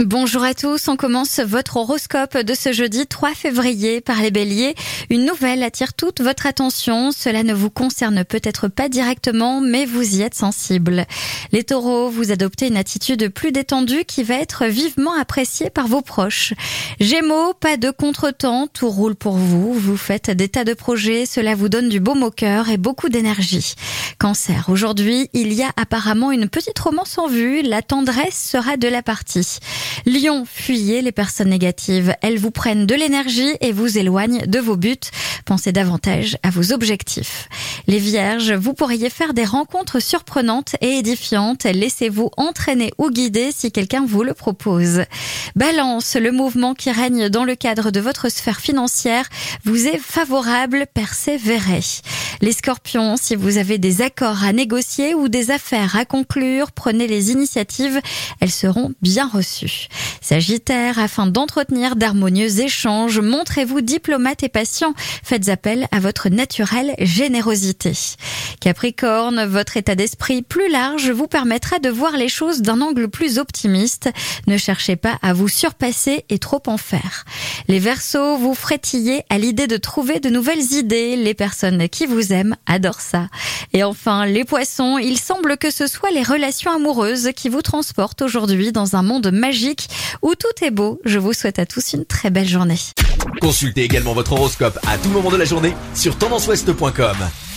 Bonjour à tous, on commence votre horoscope de ce jeudi 3 février par les béliers. Une nouvelle attire toute votre attention, cela ne vous concerne peut-être pas directement, mais vous y êtes sensible. Les taureaux, vous adoptez une attitude plus détendue qui va être vivement appréciée par vos proches. Gémeaux, pas de contretemps, tout roule pour vous, vous faites des tas de projets, cela vous donne du baume au cœur et beaucoup d'énergie. Cancer, aujourd'hui, il y a apparemment une petite romance en vue, la tendresse sera de la partie. Lion, fuyez les personnes négatives. Elles vous prennent de l'énergie et vous éloignent de vos buts. Pensez davantage à vos objectifs. Les Vierges, vous pourriez faire des rencontres surprenantes et édifiantes. Laissez-vous entraîner ou guider si quelqu'un vous le propose. Balance, le mouvement qui règne dans le cadre de votre sphère financière vous est favorable, persévérez. Les Scorpions, si vous avez des accords à négocier ou des affaires à conclure, prenez les initiatives, elles seront bien reçues. Sagittaire, afin d'entretenir d'harmonieux échanges, montrez-vous diplomate et patient, faites appel à votre naturelle générosité. Capricorne, votre état d'esprit plus large vous permettra de voir les choses d'un angle plus optimiste. Ne cherchez pas à vous surpasser et trop en faire. Les Verseaux, vous frétillez à l'idée de trouver de nouvelles idées. Les personnes qui vous aiment adorent ça. Et enfin, les Poissons, il semble que ce soit les relations amoureuses qui vous transportent aujourd'hui dans un monde magique où tout est beau. Je vous souhaite à tous une très belle journée. Consultez également votre horoscope à tout moment de la journée sur tendanceouest.com.